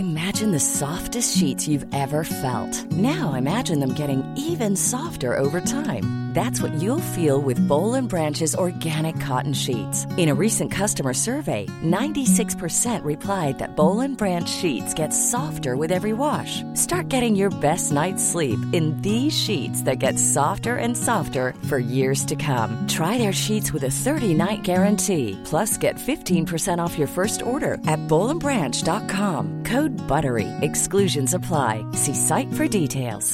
Imagine the softest sheets you've ever felt. Now imagine them getting even softer over time. That's what you'll feel with Boll & Branch's organic cotton sheets. In a recent customer survey, 96% replied that Boll & Branch sheets get softer with every wash. Start getting your best night's sleep in these sheets that get softer and softer for years to come. Try their sheets with a 30-night guarantee. Plus, get 15% off your first order at bollandbranch.com. Code BUTTERY. Exclusions apply. See site for details.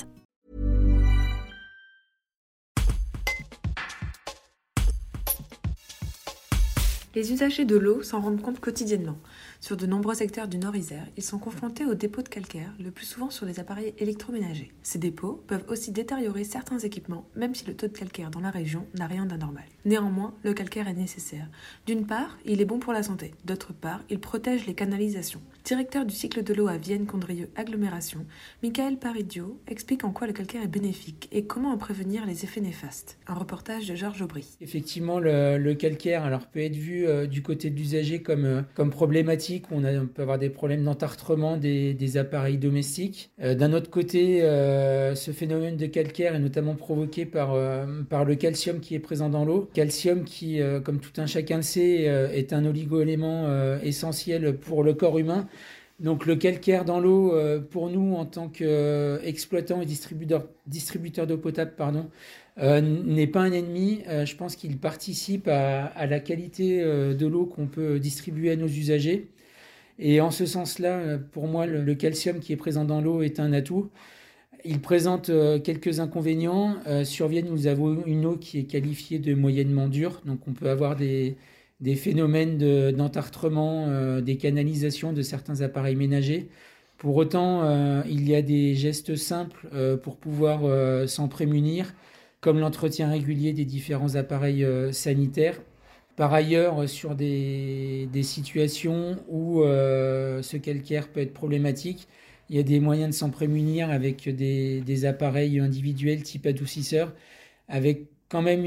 Les usagers de l'eau s'en rendent compte quotidiennement. Sur de nombreux secteurs du Nord-Isère, ils sont confrontés aux dépôts de calcaire, le plus souvent sur des appareils électroménagers. Ces dépôts peuvent aussi détériorer certains équipements, même si le taux de calcaire dans la région n'a rien d'anormal. Néanmoins, le calcaire est nécessaire. D'une part, il est bon pour la santé. D'autre part, il protège les canalisations. Directeur du cycle de l'eau à Vienne-Condrieu Agglomération, Michael Paridio explique en quoi le calcaire est bénéfique et comment en prévenir les effets néfastes. Un reportage de Georges Aubry. Effectivement, le calcaire peut être vu du côté de l'usager comme problématique. On peut avoir des problèmes d'entartrement des appareils domestiques. D'un autre côté, ce phénomène de calcaire est notamment provoqué par le calcium qui est présent dans l'eau. Calcium qui, comme tout un chacun le sait, est un oligo-élément essentiel pour le corps humain. Donc le calcaire dans l'eau, pour nous en tant qu'exploitants et distributeurs d'eau potable, n'est pas un ennemi. Je pense qu'il participe à la qualité de l'eau qu'on peut distribuer à nos usagers. Et en ce sens-là, pour moi, le calcium qui est présent dans l'eau est un atout. Il présente quelques inconvénients. Sur Vienne, nous avons une eau qui est qualifiée de moyennement dure. Donc on peut avoir des phénomènes d'entartrement des canalisations de certains appareils ménagers. Pour autant, il y a des gestes simples pour pouvoir s'en prémunir, comme l'entretien régulier des différents appareils sanitaires. Par ailleurs, sur des situations où ce calcaire peut être problématique, il y a des moyens de s'en prémunir avec des appareils individuels type adoucisseur, avec quand même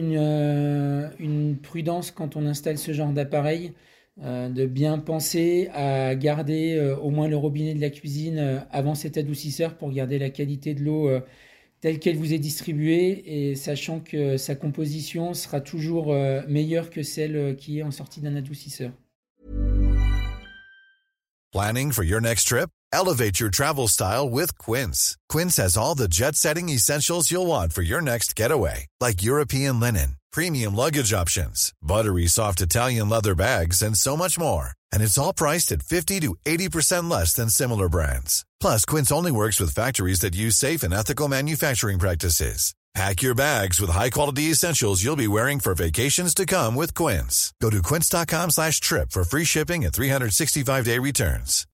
une prudence quand on installe ce genre d'appareil, de bien penser à garder au moins le robinet de la cuisine avant cet adoucisseur pour garder la qualité de l'eau telle qu'elle vous est distribuée, et sachant que sa composition sera toujours meilleure que celle qui est en sortie d'un adoucisseur. Planning for your next trip? Elevate your travel style with Quince. Quince has all the jet-setting essentials you'll want for your next getaway, like European linen, premium luggage options, buttery soft Italian leather bags, and so much more. And it's all priced at 50 to 80% less than similar brands. Plus, Quince only works with factories that use safe and ethical manufacturing practices. Pack your bags with high-quality essentials you'll be wearing for vacations to come with Quince. Go to quince.com/trip for free shipping and 365-day returns.